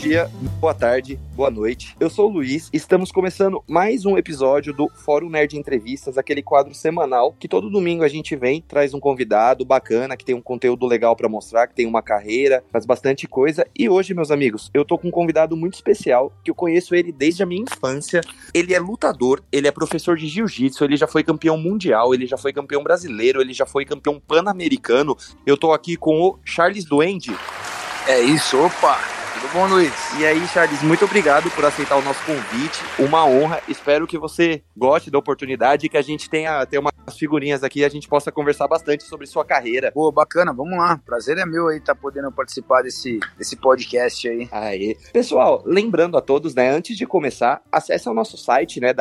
dia, boa tarde, boa noite. Eu sou o Luiz, estamos começando mais um episódio do Fórum Nerd Entrevistas, aquele quadro semanal que todo domingo a gente vem, traz um convidado bacana, que tem um conteúdo legal pra mostrar, que tem uma carreira, faz bastante coisa. E hoje, meus amigos, eu tô com um convidado muito especial, que eu conheço ele desde a minha infância. Ele é lutador, ele é professor de jiu-jitsu, ele já foi campeão mundial, ele já foi campeão brasileiro, ele já foi campeão pan-americano. Eu tô aqui com o Charles Duende. É isso, opa! Tudo bom, Luiz? E aí, Charles, muito obrigado por aceitar o nosso convite. Uma honra. Espero que você goste da oportunidade e que a gente tenha umas figurinhas aqui e a gente possa conversar bastante sobre sua carreira. Pô, bacana, vamos lá. Prazer é meu aí estar podendo participar desse podcast aí. Aê. Pessoal, lembrando a todos, né, antes de começar, acesse o nosso site, né,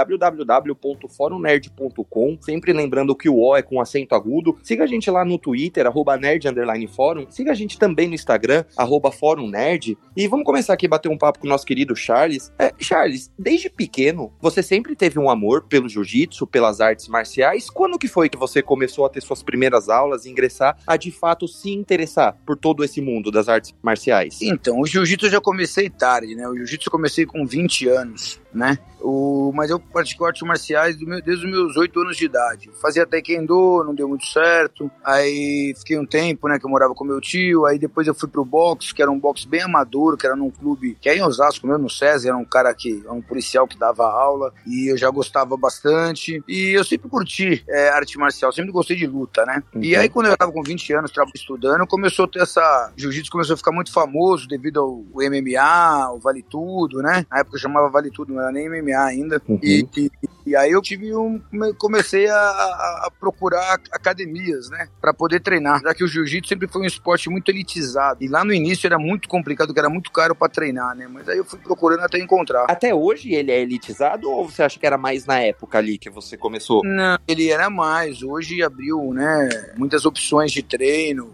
www.forumnerd.com. Sempre lembrando que o O é com acento agudo. Siga a gente lá no Twitter, @nerd_forum. Siga a gente também no Instagram, @forumnerd. E vamos começar aqui a bater um papo com o nosso querido Charles. Charles, desde pequeno, você sempre teve um amor pelo jiu-jitsu, pelas artes marciais. Quando que foi que você começou a ter suas primeiras aulas e ingressar a, de fato, se interessar por todo esse mundo das artes marciais? Então, o jiu-jitsu eu já comecei tarde, né? O jiu-jitsu eu comecei com 20 anos, né? Mas eu pratico artes marciais desde os meus 8 anos de idade. Fazia taekwondo, não deu muito certo. Aí fiquei um tempo, né, que eu morava com meu tio. Aí depois eu fui pro boxe, que era um boxe bem amador, que era num clube que é em Osasco, no César. Era um cara um policial que dava aula. E eu já gostava bastante. E eu sempre curti arte marcial, sempre gostei de luta, né? E aí quando eu tava com 20 anos estudando, começou a ter jiu-jitsu começou a ficar muito famoso devido ao MMA, o Vale Tudo, né? Na época eu chamava Vale Tudo, não era nem MMA ainda. E aí eu comecei a procurar academias, né, pra poder treinar, já que o jiu-jitsu sempre foi um esporte muito elitizado, e lá no início era muito complicado, porque era muito caro pra treinar, né, mas aí eu fui procurando até encontrar. Até hoje ele é elitizado, ou você acha que era mais na época ali que você começou? Não, ele era mais, hoje abriu, né, muitas opções de treino,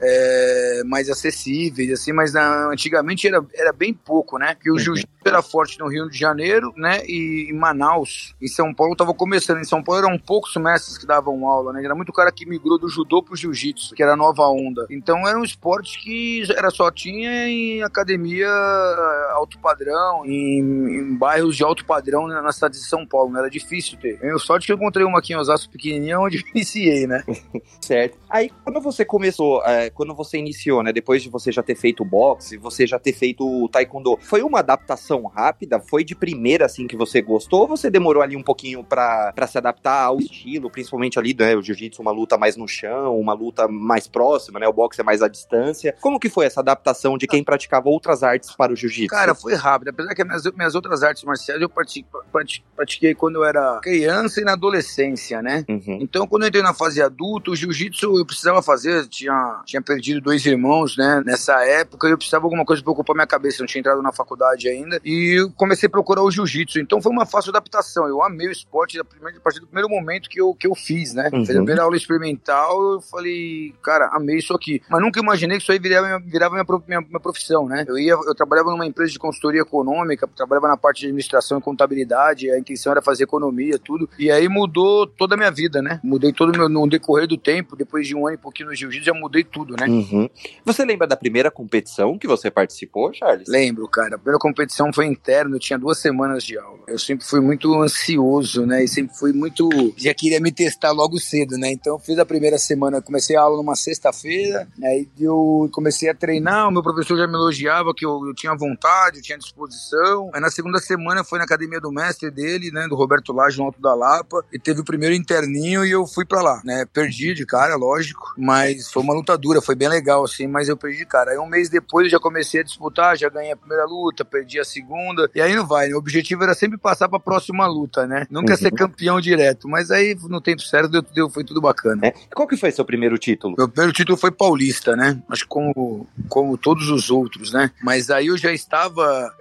mais acessíveis, assim, mas antigamente era bem pouco, né, porque o jiu-jitsu era forte no Rio de Janeiro, né, e em Manaus, em São Paulo tava começando. Em São Paulo eram poucos mestres que davam aula, né? Era muito cara que migrou do judô pro jiu-jitsu, que era a nova onda. Então era um esporte que só tinha em academia alto padrão, em bairros de alto padrão na cidade de São Paulo, né? Era difícil ter. Eu sorte que eu encontrei uma aqui em Osasco pequenininha, onde eu iniciei, né? Certo. Aí quando você começou, quando você iniciou, né? Depois de você já ter feito boxe, você já ter feito o taekwondo, foi uma adaptação rápida? Foi de primeira assim que você gostou, ou você demorou ali um pouquinho pra se adaptar ao estilo, principalmente ali, né, o jiu-jitsu, uma luta mais no chão, uma luta mais próxima, né, o boxe é mais à distância. Como que foi essa adaptação de quem praticava outras artes para o jiu-jitsu? Cara, foi rápido, apesar que minhas outras artes marciais eu pratiquei quando eu era criança e na adolescência, né? Então, quando eu entrei na fase adulta, o jiu-jitsu eu precisava fazer, tinha perdido 2 irmãos, né, nessa época, e eu precisava de alguma coisa pra ocupar minha cabeça, eu não tinha entrado na faculdade ainda, e eu comecei a procurar o jiu-jitsu, então foi uma fácil adaptação, eu amei o esporte a partir do primeiro momento que eu fiz, né? Fiz a primeira aula experimental, eu falei, cara, amei isso aqui. Mas nunca imaginei que isso aí virava minha profissão, né? Eu trabalhava numa empresa de consultoria econômica, trabalhava na parte de administração e contabilidade, a intenção era fazer economia, tudo. E aí mudou toda a minha vida, né? Mudei no decorrer do tempo, depois de um ano e pouquinho no jiu-jitsu, já mudei tudo, né? Você lembra da primeira competição que você participou, Charles? Lembro, cara. A primeira competição foi interna, eu tinha 2 semanas de aula. Eu sempre fui muito ansioso, né? E sempre fui muito... Já queria me testar logo cedo, né? Então eu fiz a primeira semana, comecei a aula numa sexta-feira, aí eu comecei a treinar, o meu professor já me elogiava que eu tinha vontade, eu tinha disposição. Aí na segunda semana foi na academia do mestre dele, né? Do Roberto Lage, no Alto da Lapa, e teve o primeiro interninho e eu fui pra lá, né? Perdi de cara, lógico, mas foi uma luta dura, foi bem legal, assim, mas eu perdi de cara. Aí um mês depois eu já comecei a disputar, já ganhei a primeira luta, perdi a segunda, e aí não vai, né? O objetivo era sempre passar pra próxima luta, né? Nunca ser campeão direto, mas aí no tempo certo foi tudo bacana. Qual que foi seu primeiro título? Meu primeiro título foi paulista, né? Acho que como todos os outros, né? Mas aí eu já estava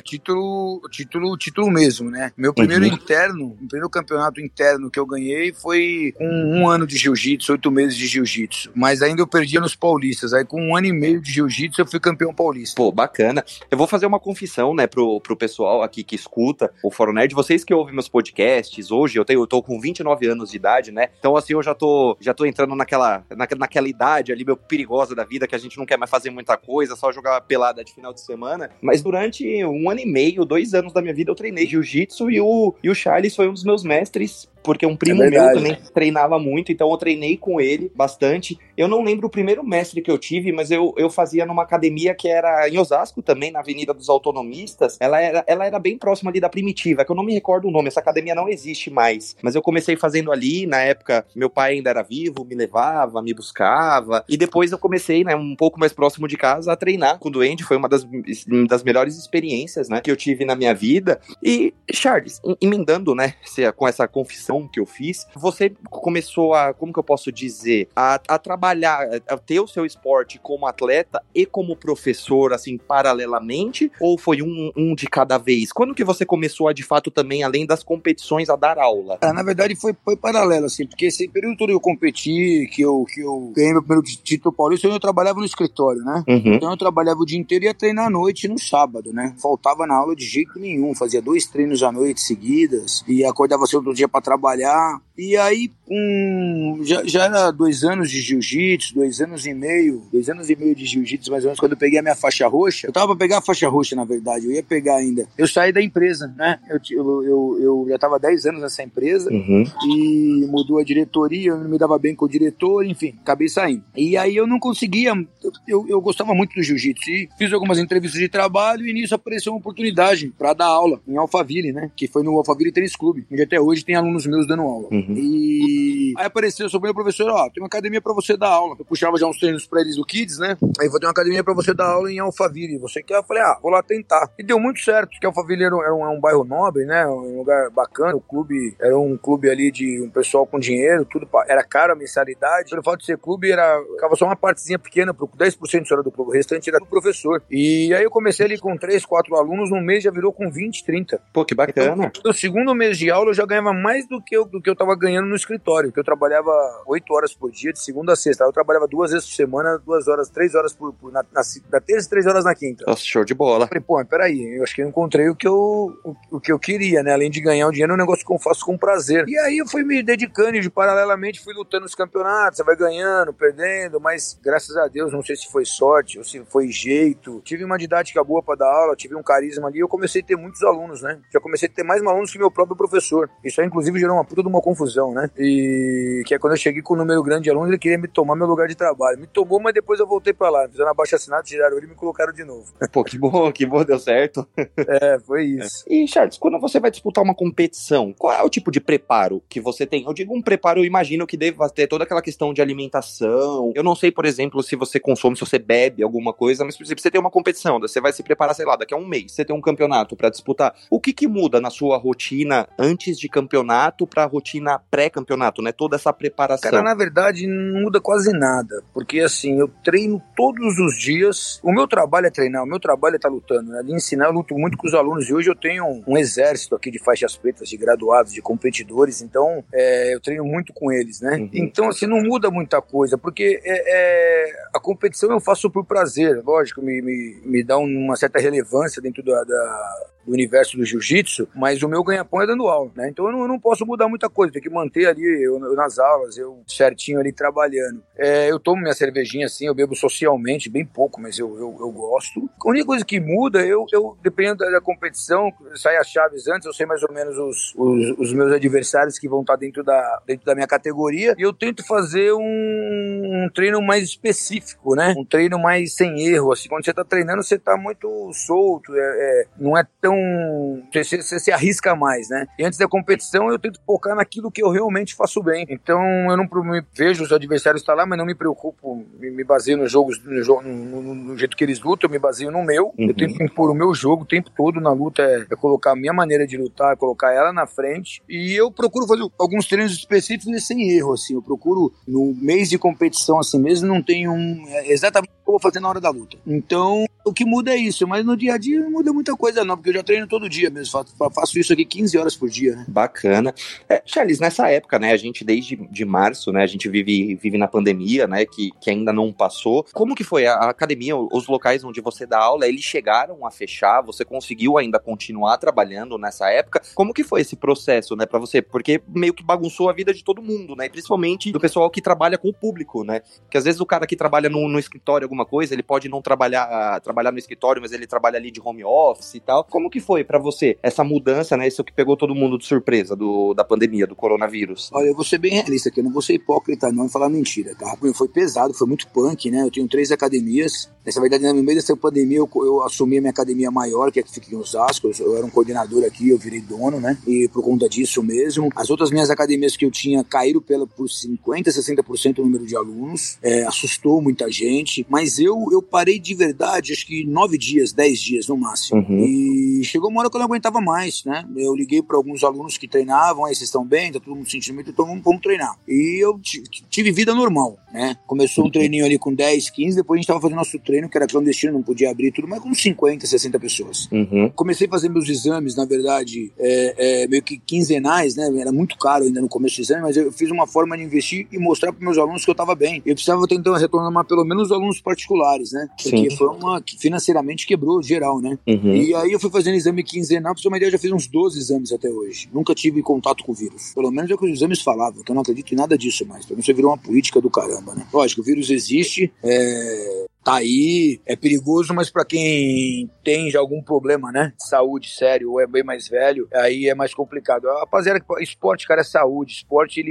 título mesmo, né? Meu primeiro primeiro campeonato interno que eu ganhei foi com 1 ano de jiu-jitsu, 8 meses de jiu-jitsu. Mas ainda eu perdia nos paulistas. Aí com 1 ano e meio de jiu-jitsu eu fui campeão paulista. Pô, bacana. Eu vou fazer uma confissão, né, pro pessoal aqui que escuta o Fórum Nerd. Vocês que ouvem meus podcasts, prestes hoje, eu tô com 29 anos de idade, né? Então, assim, eu já tô entrando naquela idade ali, meio perigosa da vida, que a gente não quer mais fazer muita coisa, só jogar pelada de final de semana. Mas durante 1 ano e meio, 2 anos da minha vida, eu treinei jiu-jitsu e o Charles foi um dos meus mestres, porque um primo meu também treinava muito, então eu treinei com ele bastante. Eu não lembro o primeiro mestre que eu tive, mas eu fazia numa academia que era em Osasco também, na Avenida dos Autonomistas. Ela era bem próxima ali da Primitiva, que eu não me recordo o nome, essa academia não existe mais. Mas eu comecei fazendo ali, na época meu pai ainda era vivo, me levava, me buscava, e depois eu comecei, né, um pouco mais próximo de casa a treinar com o Duende. Foi uma das melhores experiências, né, que eu tive na minha vida. E, Charles, emendando, né, com essa confissão que eu fiz, você começou a, como que eu posso dizer, a trabalhar, a ter o seu esporte como atleta e como professor, assim, paralelamente, ou foi um de cada vez? Quando que você começou a, de fato, também, além das competições, a dar aula? Na verdade, foi paralelo, assim, porque esse período todo eu competi, que eu ganhei meu primeiro título paulista, eu trabalhava no escritório, né? Uhum. Então eu trabalhava o dia inteiro e ia treinar à noite no sábado, né? Faltava na aula de jeito nenhum, fazia 2 treinos à noite seguidas, e acordava cedo outro dia pra trabalhar, e aí já era 2 anos de jiu-jitsu, 2 anos e meio de jiu-jitsu, mais ou menos, quando eu peguei a minha faixa roxa. Eu tava pra pegar a faixa roxa, na verdade, eu ia pegar ainda. Eu saí da empresa, né? Eu já tava 10 anos nessa empresa, e mudou a diretoria, eu não me dava bem com o diretor, enfim, acabei saindo. E aí eu não conseguia, eu gostava muito do jiu-jitsu, e fiz algumas entrevistas de trabalho, e nisso apareceu uma oportunidade pra dar aula em Alphaville, né? Que foi no Alphaville Tênis Clube, onde até hoje tem alunos meus dando aula. E aí apareceu, eu soube o professor, tem uma academia pra você dar aula. Eu puxava já uns treinos pra eles do Kids, né? Aí vou ter uma academia pra você dar aula em Alphaville. Você quer? Eu falei, vou lá tentar. E deu muito certo, porque Alphaville era um bairro nobre, né? Um lugar bacana. O clube era um clube ali de um pessoal com dinheiro, tudo era caro a mensalidade. Pelo fato de ser clube, ficava só uma partezinha pequena, 10% só era do clube, o restante era do professor. E aí eu comecei ali com 3, 4 alunos, num mês já virou com 20, 30. Pô, que bacana. Então, no segundo mês de aula eu já ganhava mais do que eu tava ganhando no escritório, que eu trabalhava 8 horas por dia, de segunda a sexta. Eu trabalhava 2 vezes por semana, 2 horas, 3 horas na terça e 3 horas na quinta. Nossa, show de bola. Eu falei, peraí, eu acho que eu encontrei o que eu queria, né? Além de ganhar o dinheiro, é um negócio que eu faço com prazer. E aí eu fui me dedicando e paralelamente fui lutando nos campeonatos, você vai ganhando, perdendo, mas graças a Deus, não sei se foi sorte ou se foi jeito. Tive uma didática boa pra dar aula, tive um carisma ali, eu comecei a ter muitos alunos, né? Já comecei a ter mais alunos que meu próprio professor. Isso aí, inclusive, gerou uma puta de uma confusão, né? E que é quando eu cheguei com um número grande de alunos, ele queria me tomar meu lugar de trabalho. Me tomou, mas depois eu voltei pra lá. Fizeram abaixo-assinado, tiraram ele e me colocaram de novo. Pô, que bom, deu certo. Foi isso. E, Charles, quando você vai disputar uma competição, qual é o tipo de preparo que você tem? Eu digo um preparo, eu imagino que deva ter toda aquela questão de alimentação. Eu não sei, por exemplo, se você consome, se você bebe alguma coisa, mas, por exemplo, você tem uma competição, você vai se preparar, sei lá, daqui a um mês, você tem um campeonato pra disputar. O que muda na sua rotina antes de campeonato pra rotina pré-campeonato, né? Toda essa preparação. Cara, na verdade, não muda quase nada, porque assim, eu treino todos os dias. O meu trabalho é treinar, o meu trabalho é estar lutando, né? De ensinar, eu luto muito com os alunos, e hoje eu tenho um exército aqui de faixas pretas, de graduados, de competidores, então eu treino muito com eles, né? Então, assim, não muda muita coisa, porque a competição eu faço por prazer, lógico, me dá uma certa relevância dentro do universo do jiu-jitsu, mas o meu ganha-pão é dando aula, né? Então eu não posso mudar muita coisa, tem que manter ali eu nas aulas, eu certinho ali trabalhando. Eu tomo minha cervejinha assim, eu bebo socialmente, bem pouco, mas eu gosto. A única coisa que muda, eu dependendo da competição, sai as chaves antes, eu sei mais ou menos os meus adversários que vão estar dentro da minha categoria, e eu tento fazer um treino mais específico, né? Um treino mais sem erro, assim, quando você tá treinando, você tá muito solto, não é tão... Você se arrisca mais, né? E antes da competição, eu tento focar naquilo que eu realmente faço bem. Então, eu não me vejo os adversários estar lá, mas não me preocupo, me baseio nos jogos, no jeito que eles lutam, eu me baseio no meu. Eu tento impor o meu jogo o tempo todo na luta, é colocar a minha maneira de lutar, colocar ela na frente. E eu procuro fazer alguns treinos específicos e sem erro, assim. Eu procuro, no mês de competição, assim mesmo, não tenho exatamente eu vou fazer na hora da luta. Então, o que muda é isso, mas no dia a dia não muda muita coisa não, porque eu já treino todo dia mesmo, faço isso aqui 15 horas por dia, né? Bacana. Charles, nessa época, né, a gente desde de março, né, a gente vive na pandemia, né, que ainda não passou. Como que foi? A academia, os locais onde você dá aula, eles chegaram a fechar? Você conseguiu ainda continuar trabalhando nessa época? Como que foi esse processo, né, pra você? Porque meio que bagunçou a vida de todo mundo, né, e principalmente do pessoal que trabalha com o público, né, que às vezes o cara que trabalha no escritório alguma coisa, ele pode não trabalhar no escritório, mas ele trabalha ali de home office e tal. Como que foi pra você essa mudança, né, isso que pegou todo mundo de surpresa da pandemia, do coronavírus? Olha, eu vou ser bem realista aqui, eu não vou ser hipócrita não e falar mentira, tá? Foi pesado, foi muito punk, né? Eu tenho 3 academias. Nessa verdade, no meio dessa pandemia, eu assumi a minha academia maior, que é que fica em Osasco. Eu era um coordenador aqui, eu virei dono, né? E por conta disso mesmo. As outras minhas academias que eu tinha caíram por 50%, 60% o número de alunos. Assustou muita gente. Mas eu parei de verdade, acho que 9 dias, 10 dias no máximo. Uhum. E chegou uma hora que eu não aguentava mais, né? Eu liguei para alguns alunos que treinavam, aí vocês estão bem? Tá todo mundo sentindo muito, então vamos treinar. E eu tive vida normal, né? Começou um treininho ali com 10, 15, depois a gente tava fazendo nosso treino, que era clandestino, não podia abrir tudo, mas com 50, 60 pessoas. Uhum. Comecei a fazer meus exames, na verdade, meio que quinzenais, né? Era muito caro ainda no começo do exame, mas eu fiz uma forma de investir e mostrar para meus alunos que eu tava bem. Eu precisava tentar retornar pelo menos os alunos particulares, né? Porque foi uma que financeiramente quebrou geral, né? Uhum. E aí eu fui fazendo exame quinzenal, pra você ter uma ideia, eu já fiz uns 12 exames até hoje. Nunca tive contato com o vírus. Pelo menos é o que os exames falavam, que eu não acredito em nada disso mais. Pra mim isso virou uma política do caramba, né? Lógico, o vírus existe, tá aí, é perigoso, mas pra quem tem já algum problema, né, saúde sério, ou é bem mais velho, aí é mais complicado. Rapaziada, esporte, cara, é saúde. Esporte,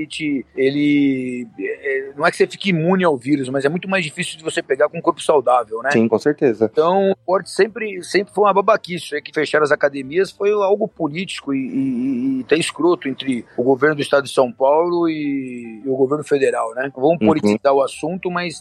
não é que você fique imune ao vírus, mas é muito mais difícil de você pegar com um corpo saudável, né? Sim, com certeza. Então, o esporte sempre foi uma babaquice. É que fecharam as academias foi algo político e até escroto entre o governo do estado de São Paulo e o governo federal, né? Vamos politizar o assunto, mas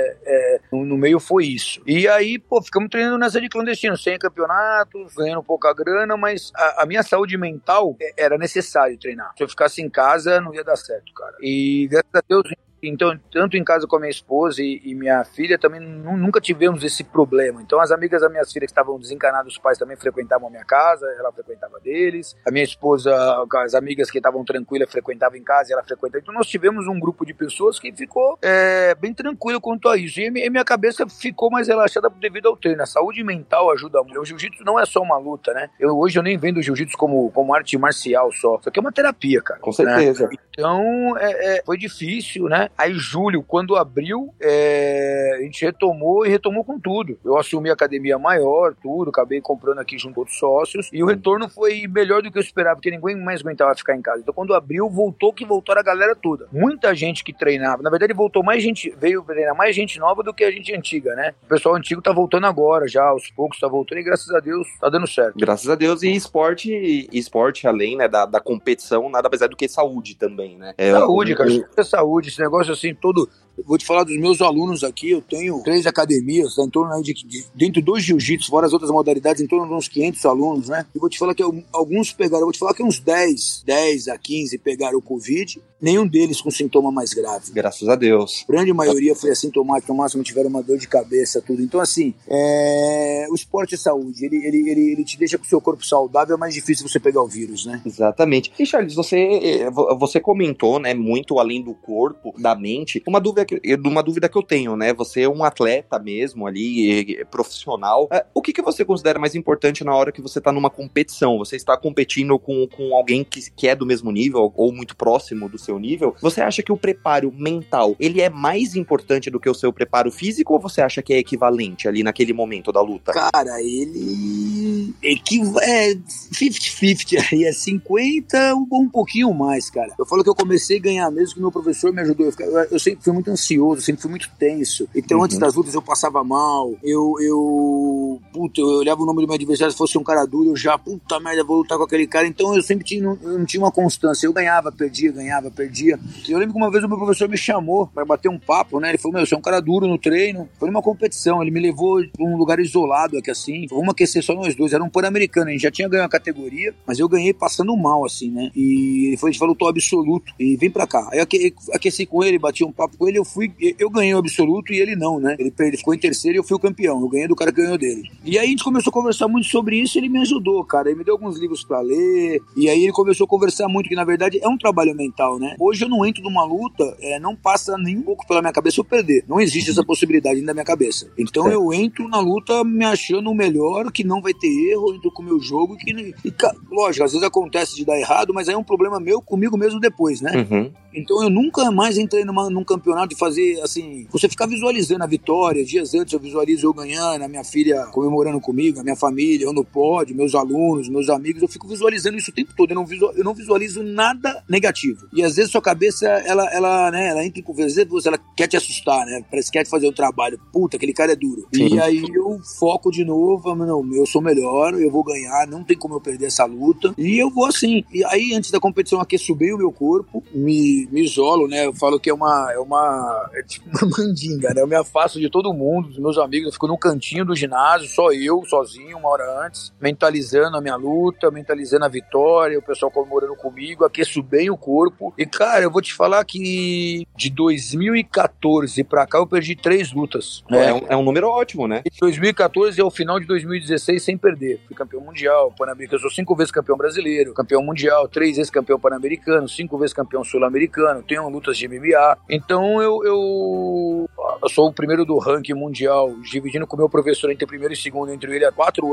no meio foi isso. E aí, ficamos treinando nessa de clandestino, sem campeonatos, ganhando pouca grana, mas a minha saúde mental era necessário treinar. Se eu ficasse em casa, não ia dar certo, cara. E graças a Deus, então, tanto em casa com a minha esposa e minha filha, também nunca tivemos esse problema. Então, as amigas das minhas filhas que estavam desencanadas, os pais também frequentavam a minha casa, ela frequentava deles. A minha esposa, as amigas que estavam tranquilas, frequentavam em casa e ela frequentava. Então, nós tivemos um grupo de pessoas que ficou bem tranquilo quanto a isso. E minha cabeça ficou mais relaxada devido ao treino. A saúde mental ajuda muito. O jiu-jitsu não é só uma luta, né? Hoje eu nem vendo o jiu-jitsu como arte marcial só. Isso aqui é uma terapia, cara. Com certeza. Né? Então, foi difícil, né? Aí, julho, quando abriu, a gente retomou com tudo. Eu assumi a academia maior, tudo, acabei comprando aqui junto com outros sócios, e o retorno foi melhor do que eu esperava, porque ninguém mais aguentava ficar em casa. Então, quando abriu, voltou a galera toda. Muita gente que treinava, na verdade, veio treinar mais gente nova do que a gente antiga, né? O pessoal antigo tá voltando agora, já, aos poucos tá voltando, e graças a Deus, tá dando certo. Graças a Deus, e esporte além, né, da competição, nada mais é do que saúde também, né? Saúde, cara, é saúde, esse negócio assim, todo... Vou te falar dos meus alunos aqui, eu tenho 3 academias, em torno dentro do jiu-jitsu, fora as outras modalidades, em torno de uns 500 alunos, né? E vou te falar que alguns pegaram, vou te falar que uns 10 a 15 pegaram o Covid, nenhum deles com sintoma mais grave. Graças a Deus. A grande maioria foi assintomática, no máximo tiveram uma dor de cabeça, tudo. Então, assim, o esporte é saúde, ele te deixa com o seu corpo saudável, é mais difícil você pegar o vírus, né? Exatamente. E, Charles, você comentou, né, muito além do corpo, da mente, uma dúvida que eu tenho, né? Você é um atleta mesmo ali, profissional. O que você considera mais importante na hora que você tá numa competição? Você está competindo com alguém que é do mesmo nível ou muito próximo do seu nível? Você acha que o preparo mental, ele é mais importante do que o seu preparo físico, ou você acha que é equivalente ali naquele momento da luta? Cara, ele é 50-50, aí é 50 um pouquinho mais, cara. Eu falo que eu comecei a ganhar mesmo que meu professor me ajudou. Eu sempre fui muito ansioso, sempre fui muito tenso. Então, antes das lutas, eu passava mal. Eu olhava o nome do meu adversário, se fosse um cara duro, eu já, puta merda, vou lutar com aquele cara. Então, eu não tinha uma constância. Eu ganhava, perdia. E eu lembro que uma vez o meu professor me chamou pra bater um papo, né? Ele falou, você é um cara duro no treino. Foi numa competição, ele me levou pra um lugar isolado aqui, assim. Vamos aquecer só nós dois. Era um pan-americano, a gente já tinha ganho a categoria, mas eu ganhei passando mal, assim, né? E a gente falou, tô absoluto. E vem pra cá. Aí eu aqueci com ele, bati um papo com ele, eu ganhei o absoluto e ele não, né? Ele ficou em terceiro e eu fui o campeão. Eu ganhei do cara que ganhou dele. E aí a gente começou a conversar muito sobre isso e ele me ajudou, cara. Ele me deu alguns livros pra ler. E aí ele começou a conversar muito, que na verdade é um trabalho mental, né? Hoje eu não entro numa luta, não passa nem um pouco pela minha cabeça eu perder. Não existe essa possibilidade na minha cabeça. Então eu entro na luta me achando o melhor, que não vai ter erro, entro com o meu jogo. Lógico, às vezes acontece de dar errado, mas aí é um problema meu comigo mesmo depois, né? Então eu nunca mais entrei num campeonato de fazer, assim, você ficar visualizando a vitória. Dias antes eu visualizo eu ganhando, a minha filha comemorando comigo, a minha família, eu no pódio, meus alunos, meus amigos, eu fico visualizando isso o tempo todo. Eu não visualizo nada negativo. E às vezes sua cabeça, ela entra em conversa, ela quer te assustar, né? Parece que quer te fazer um trabalho. Puta, aquele cara é duro. Sim. E aí eu foco de novo, não, eu sou melhor, eu vou ganhar, não tem como eu perder essa luta. E eu vou assim. E aí, antes da competição, aqueço bem o meu corpo, me isolo, né? Eu falo que é tipo uma mandinga, né? Eu me afasto de todo mundo, dos meus amigos, eu fico no cantinho do ginásio, só eu, sozinho, uma hora antes, mentalizando a minha luta, mentalizando a vitória, o pessoal comemorando comigo, aqueço bem o corpo. E, cara, eu vou te falar que de 2014 pra cá eu perdi 3 lutas. É um número ótimo, né? De 2014 ao final de 2016 sem perder. Fui campeão mundial, pan-americano, eu sou 5 vezes campeão brasileiro, campeão mundial, 3 vezes campeão pan-americano, 5 vezes campeão sul-americano, tenho lutas de MMA. Então eu sou o primeiro do ranking mundial, dividindo com o meu professor entre primeiro e segundo, entre ele há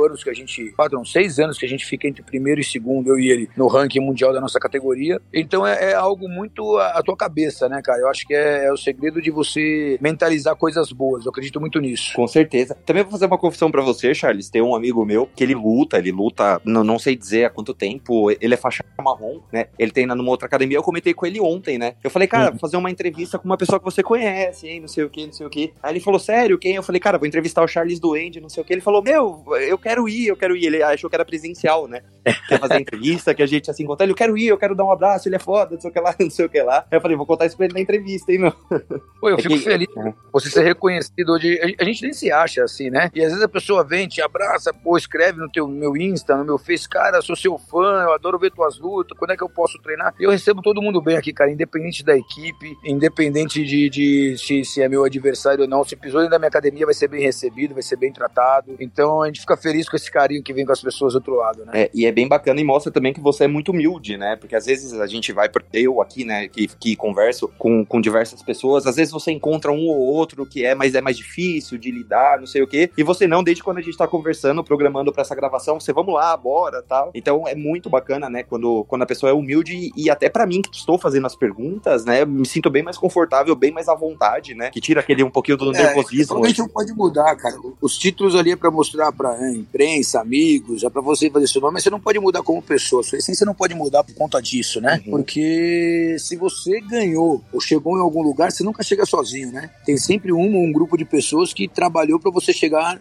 6 anos que a gente fica entre primeiro e segundo, eu e ele, no ranking mundial da nossa categoria. Então é algo muito a tua cabeça, né, cara? Eu acho que é o segredo de você mentalizar coisas boas, eu acredito muito nisso. Com certeza. Também vou fazer uma confissão pra você, Charles. Tem um amigo meu que ele luta, não sei dizer há quanto tempo, ele é faixa marrom, né? Ele treina numa outra academia, eu comentei com ele ontem, né? Eu falei, cara, vou fazer uma entrevista com uma pessoa que você conhece, hein, não sei o que. Aí ele falou, sério, quem? Eu falei, cara, vou entrevistar o Charles Duende, não sei o que. Ele falou, meu, eu quero ir. Ele achou que era presencial, né? Quer fazer entrevista, que a gente ia se encontrar. Ele, eu quero ir, eu quero dar um abraço, ele é foda, não sei o que lá, não sei o que lá. Aí eu falei, vou contar isso pra ele na entrevista, hein, meu? Pô, eu fico feliz você ser reconhecido hoje. A gente nem se acha assim, né? E às vezes a pessoa vem, te abraça, pô, escreve no meu Insta, no meu Face, cara, sou seu fã, eu adoro ver tuas lutas, quando é que eu posso treinar? E eu recebo todo mundo bem aqui, cara, independente da equipe, independente de se é meu adversário ou não, se pisou dentro da minha academia vai ser bem recebido, vai ser bem tratado. Então a gente fica feliz com esse carinho que vem com as pessoas do outro lado, né? E é bem bacana e mostra também que você é muito humilde, né? Porque às vezes a gente vai, eu aqui, né, que converso com diversas pessoas, às vezes você encontra um ou outro que é mais difícil de lidar, não sei o quê, e você não, desde quando a gente tá conversando, programando pra essa gravação, você, vamos lá, bora, tal. Então é muito bacana, né, quando a pessoa é humilde e até pra mim, que estou fazendo as perguntas, né, me sinto bem mais confortável, bem mais à vontade, né, que tira aquele um pouquinho do nervosismo. Realmente não pode mudar, cara. Os títulos ali é pra mostrar pra imprensa, amigos, é pra você fazer seu nome, mas você não pode mudar como pessoa, sua essência não pode mudar por conta disso, né? Porque se você ganhou ou chegou em algum lugar, você nunca chega sozinho, né? Tem sempre um grupo de pessoas que trabalhou pra você chegar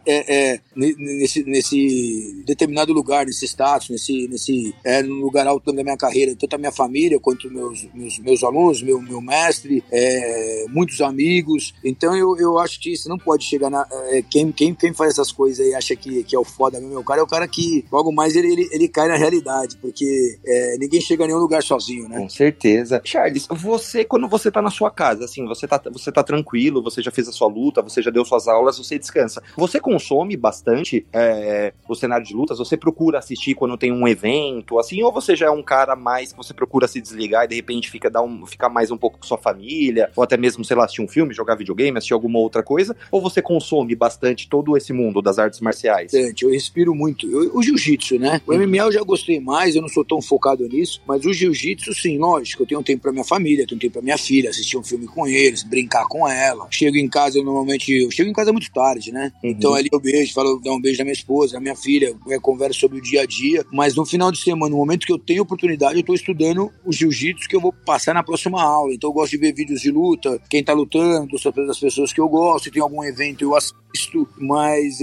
nesse determinado lugar, nesse status, no lugar alto da minha carreira, tanto a minha família quanto meus alunos, meu mestre, muitos amigos. Então eu acho que você não pode chegar quem faz essas coisas e acha que é o foda mesmo, o cara é o cara que logo mais ele cai na realidade, porque ninguém chega a nenhum lugar sozinho, né? Com certeza. Charles, quando você tá na sua casa, assim, você tá tranquilo, você já fez a sua luta, você já deu suas aulas, você descansa. Você consome bastante o cenário de lutas? Você procura assistir quando tem um evento, assim, ou você já é um cara mais que você procura se desligar e de repente ficar mais um pouco com sua família, ou até mesmo, sei lá, assistir um filme, jogar videogame, assistir alguma outra coisa, ou você consome bastante todo esse mundo das artes marciais? Eu respiro muito. O jiu-jitsu, né? O MMA eu já gostei mais, eu não sou tão focado nisso, mas o jiu-jitsu, sim, lógico, eu tenho um tempo pra minha família, tenho um tempo pra minha filha, assistir um filme com eles, brincar com ela. Chego em casa, eu chego em casa muito tarde, né? Então ali eu dou um beijo na minha esposa, na minha filha, converso sobre o dia a dia, mas no final de semana, no momento que eu tenho oportunidade, eu tô estudando o jiu-jitsu que eu vou passar na próxima aula. Então eu gosto de ver vídeos de luta, quem tá lutando, das pessoas que eu gosto, se tem algum evento eu assisto. assisto, mas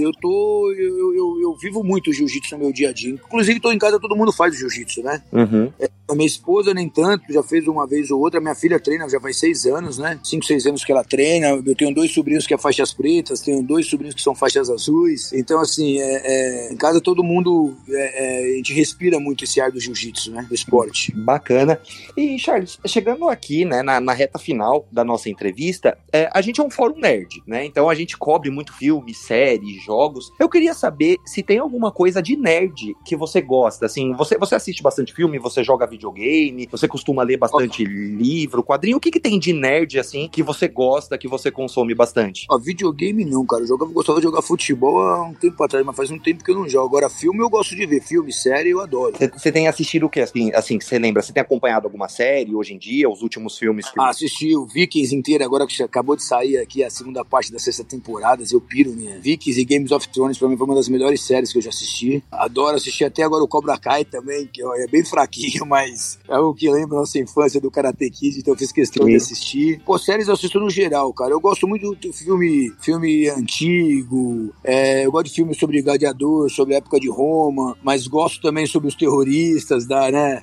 eu vivo muito o jiu-jitsu no meu dia a dia. Inclusive, tô em casa, todo mundo faz o jiu-jitsu, né? Uhum. A minha esposa, nem tanto, já fez uma vez ou outra. Minha filha treina já faz 6 anos, né? 5, 6 anos que ela treina. Eu tenho 2 sobrinhos que é faixas pretas, tenho 2 sobrinhos que são faixas azuis. Então, assim, em casa todo mundo, a gente respira muito esse ar do jiu-jitsu, né? Do esporte. Bacana. E, Charles, chegando aqui, né, na reta final da nossa entrevista, a gente é um fórum nerd, né? Então a gente cobre muito filme, série, jogos. Eu queria saber se tem alguma coisa de nerd que você gosta, assim, você assiste bastante filme, você joga videogame, você costuma ler bastante livro, quadrinho, o que tem de nerd, assim, que você gosta, que você consome bastante? Videogame não, cara, eu gostava de jogar futebol há um tempo atrás, mas faz um tempo que eu não jogo. Agora, filme eu gosto de ver, filme, série eu adoro. Você tem assistido o que, assim, que você lembra? Você tem acompanhado alguma série hoje em dia, os últimos filmes? Assisti o Vikings inteiro, agora que acabou de sair aqui a segunda parte da 6ª temporada, eu piro, né? Vikings e Games of Thrones, pra mim, foi uma das melhores séries que eu já assisti. Adoro assistir até agora o Cobra Kai também, que é bem fraquinho, mas é o que lembra a nossa infância do Karate Kid, então eu fiz questão de assistir. Pô, séries eu assisto no geral, cara. Eu gosto muito de filme antigo, eu gosto de filmes sobre gladiador, sobre a época de Roma, mas gosto também sobre os terroristas, né?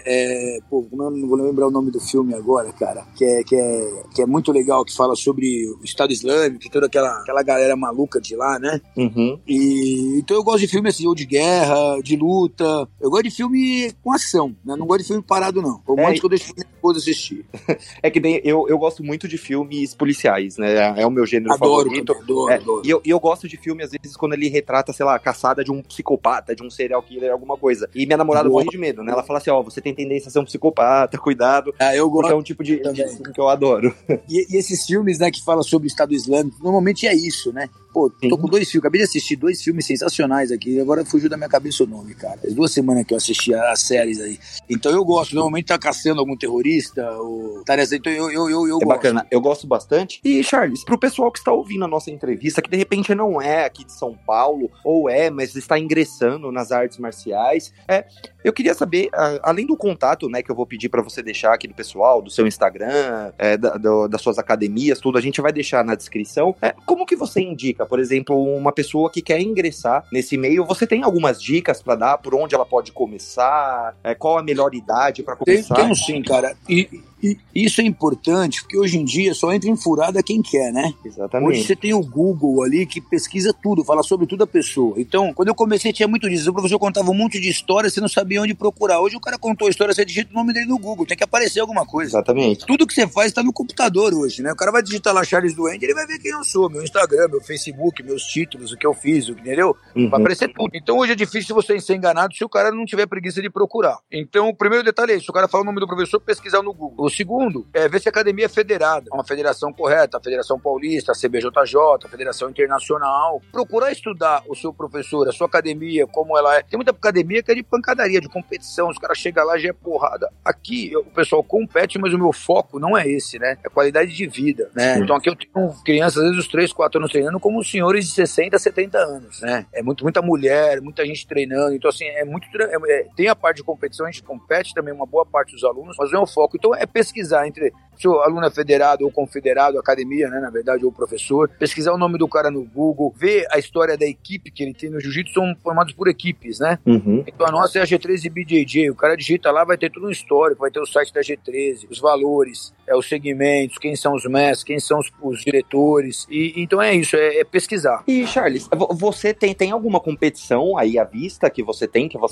Como eu não vou lembrar o nome do filme agora, cara, que é muito legal, que fala sobre o Estado Islâmico, que toda aquela galera maluca de lá, né? Uhum. Então eu gosto de filme assim, ou de guerra, de luta. Eu gosto de filme com ação, né? Não gosto de filme parado, não. O monte que eu deixo minha esposa assistir. É que nem, eu gosto muito de filmes policiais, né? É o meu gênero favorito. Adoro. E eu gosto de filme, às vezes, quando ele retrata, sei lá, a caçada de um psicopata, de um serial killer, alguma coisa. E minha namorada morre de medo, né? Ela fala assim, você tem tendência a ser um psicopata, cuidado. Eu gosto. Porque é um tipo de filme que eu adoro. E esses filmes, né, que falam sobre o Estado Islâmico, normalmente é isso, né? Pô, tô com 2 filmes, acabei de assistir 2 filmes sensacionais aqui, agora fugiu da minha cabeça o nome, cara. Faz 2 semanas que eu assisti as séries aí. Então eu gosto, normalmente tá caçando algum terrorista, ou tarefa, então eu gosto. Bacana, eu gosto bastante. E, Charles, pro pessoal que está ouvindo a nossa entrevista, que de repente não é aqui de São Paulo, ou mas está ingressando nas artes marciais, eu queria saber, além do contato, né, que eu vou pedir para você deixar aqui do pessoal, do seu Instagram, das suas academias, tudo, a gente vai deixar na descrição. Como que você indica, por exemplo, uma pessoa que quer ingressar nesse meio? Você tem algumas dicas para dar, por onde ela pode começar? Qual a melhor idade para começar? Tenho sim, cara. E isso é importante, porque hoje em dia só entra em furada quem quer, né? Exatamente. Hoje você tem o Google ali que pesquisa tudo, fala sobre tudo a pessoa. Então, quando eu comecei, tinha muito disso. O professor contava um monte de história, você não sabia onde procurar. Hoje o cara contou a história, você digita o nome dele no Google, tem que aparecer alguma coisa. Exatamente. Tudo que você faz está no computador hoje, né? O cara vai digitar lá Charles Duende, ele vai ver quem eu sou, meu Instagram, meu Facebook, meus títulos, o que eu fiz, entendeu? Uhum. Vai aparecer tudo. Então hoje é difícil você ser enganado se o cara não tiver preguiça de procurar. Então o primeiro detalhe é isso, o cara fala o nome do professor, pesquisar no Google. O segundo é ver se a academia é federada, uma federação correta, a Federação Paulista, a CBJJ, a Federação Internacional. Procurar estudar o seu professor, a sua academia, como ela é. Tem muita academia que é de pancadaria, de competição, os caras chegam lá já é porrada. Aqui o pessoal compete, mas o meu foco não é esse, né? É qualidade de vida, né? Então aqui eu tenho crianças, às vezes os 3, 4 anos treinando como senhores de 60, 70 anos, né? É muita mulher, muita gente treinando, então assim, tem a parte de competição, a gente compete também uma boa parte dos alunos, mas não é o foco. Então é pesquisar entre se o aluno é federado ou confederado, academia, né, na verdade, ou professor, pesquisar o nome do cara no Google, ver a história da equipe que ele tem no jiu-jitsu, são formados por equipes, né? Uhum. Então a nossa é a G13 BJJ, o cara digita lá, vai ter tudo um histórico, vai ter o site da G13, os valores, os segmentos, quem são os mestres, quem são os diretores, e então é isso, é pesquisar. E Charles, você tem alguma competição aí à vista que você tem, que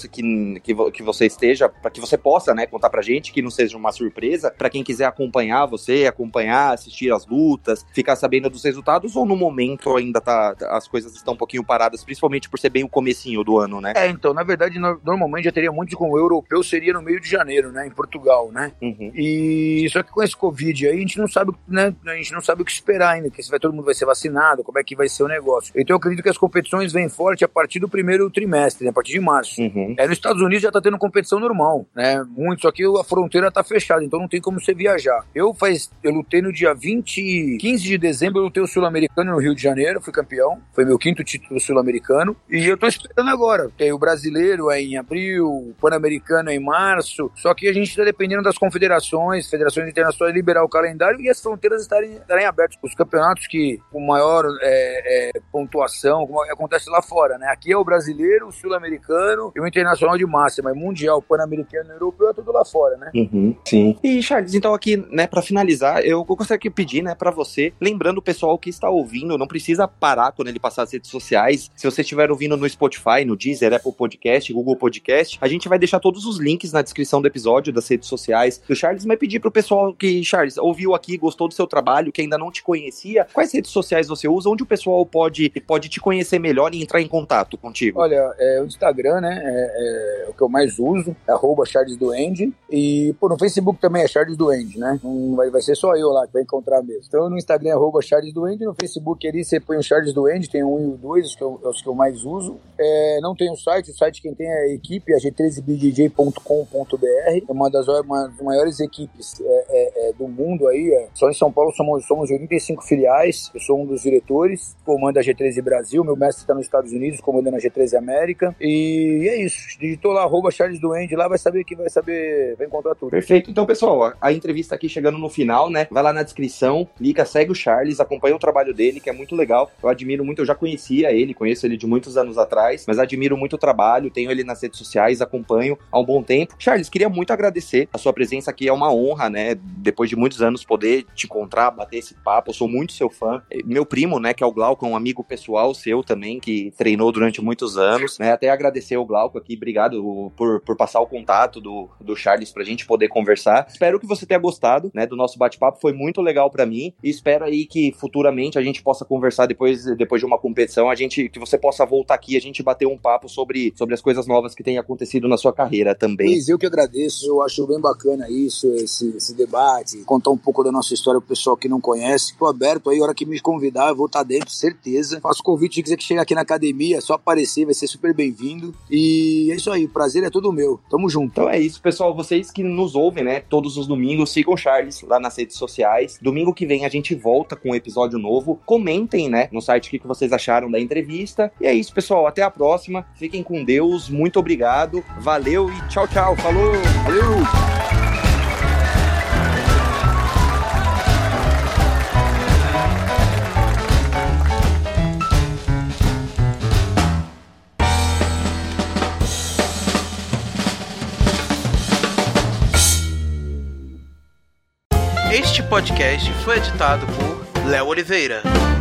você esteja, para que você possa, né, contar pra gente, que não seja uma surpresa, pra quem quiser acompanhar, assistir as lutas, ficar sabendo dos resultados, ou no momento ainda as coisas estão um pouquinho paradas, principalmente por ser bem o comecinho do ano, né? Então, na verdade, normalmente já teria muito como o europeu, seria no meio de janeiro, né, em Portugal, né? Uhum. E só que com esse Covid aí, a gente não sabe, né, a gente não sabe o que esperar ainda, que todo mundo vai ser vacinado, como é que vai ser o negócio. Então eu acredito que as competições vêm forte a partir do primeiro trimestre, né, a partir de março. Uhum. Nos Estados Unidos já tá tendo competição normal, né, muito, só que a fronteira tá fechada, então não tem como você viajar. Eu lutei no dia 15 de dezembro, eu lutei o Sul-Americano no Rio de Janeiro, fui campeão, foi meu 5º título sul-americano, e eu tô esperando agora, tem o brasileiro em abril, o Pan-Americano em março, só que a gente tá dependendo das federações internacionais liberar o calendário e as fronteiras estarem abertas. Os campeonatos que com maior pontuação, como acontece lá fora, né? Aqui é o brasileiro, o sul-americano e o internacional de máxima, mas mundial, pan-americano, europeu, é tudo lá fora, né? Sim. E Charles, então aqui, né, pra finalizar, eu gostaria de pedir, né, pra você, lembrando o pessoal que está ouvindo, não precisa parar quando ele passar as redes sociais. Se você estiver ouvindo no Spotify, no Deezer, Apple Podcast, Google Podcast, a gente vai deixar todos os links na descrição do episódio das redes sociais do Charles, mas pedir pro pessoal que, Charles, ouviu aqui, gostou do seu trabalho, que ainda não te conhecia, quais redes sociais você usa, onde o pessoal pode te conhecer melhor e entrar em contato contigo? Olha, o Instagram, né, é o que eu mais uso, é @CharlesDuende, e no Facebook também é Charles Duende, né, vai ser só eu lá que vai encontrar mesmo. Então no Instagram é @CharlesDuende, no Facebook ali você põe o Charles Duende, tem o 1 e o 2, os que eu mais uso. Não tem o site quem tem é a equipe, a g13bdj.com.br, é uma das maiores equipes do mundo aí, só em São Paulo somos 85 filiais, eu sou um dos diretores, comando a G13 Brasil, meu mestre está nos Estados Unidos, comandando a G13 América, e é isso, digitou lá Charles Duende, lá vai encontrar tudo. Perfeito, então pessoal, a entrevista aqui chegando no final, né, vai lá na descrição, clica, segue o Charles, acompanha o trabalho dele, que é muito legal, eu admiro muito, eu já conhecia ele, conheço ele de muitos anos atrás, mas admiro muito o trabalho, tenho ele nas redes sociais, acompanho há um bom tempo. Charles, queria muito agradecer a sua presença aqui, é uma honra, né, depois de muitos anos poder te encontrar, bater esse papo, eu sou muito seu fã, meu primo, né, que é o Glauco, é um amigo pessoal seu também, que treinou durante muitos anos, né, até agradecer o Glauco aqui, obrigado por passar o contato do Charles pra gente poder conversar, espero que você tenha gostado, né, do nosso bate-papo, foi muito legal pra mim, e espero aí que futuramente a gente possa conversar depois de uma competição, que você possa voltar aqui, a gente bater um papo sobre as coisas novas que têm acontecido na sua carreira também. Luiz, eu que agradeço, eu acho bem bacana isso, esse debate, contar um pouco da nossa história pro pessoal que não conhece. Tô aberto aí, a hora que me convidar, eu vou estar dentro, certeza. Faço convite, se quiser que chegue aqui na academia, é só aparecer, vai ser super bem-vindo. E é isso aí, o prazer é todo meu. Tamo junto. Então é isso, pessoal, vocês que nos ouvem, né, todos os domingos, sigam o Charles lá nas redes sociais. Domingo que vem a gente volta com um episódio novo. Comentem, né, no site o que vocês acharam da entrevista. E é isso, pessoal, até a próxima. Fiquem com Deus, muito obrigado. Valeu e tchau, tchau. Falou! Valeu! Este podcast foi editado por Léo Oliveira.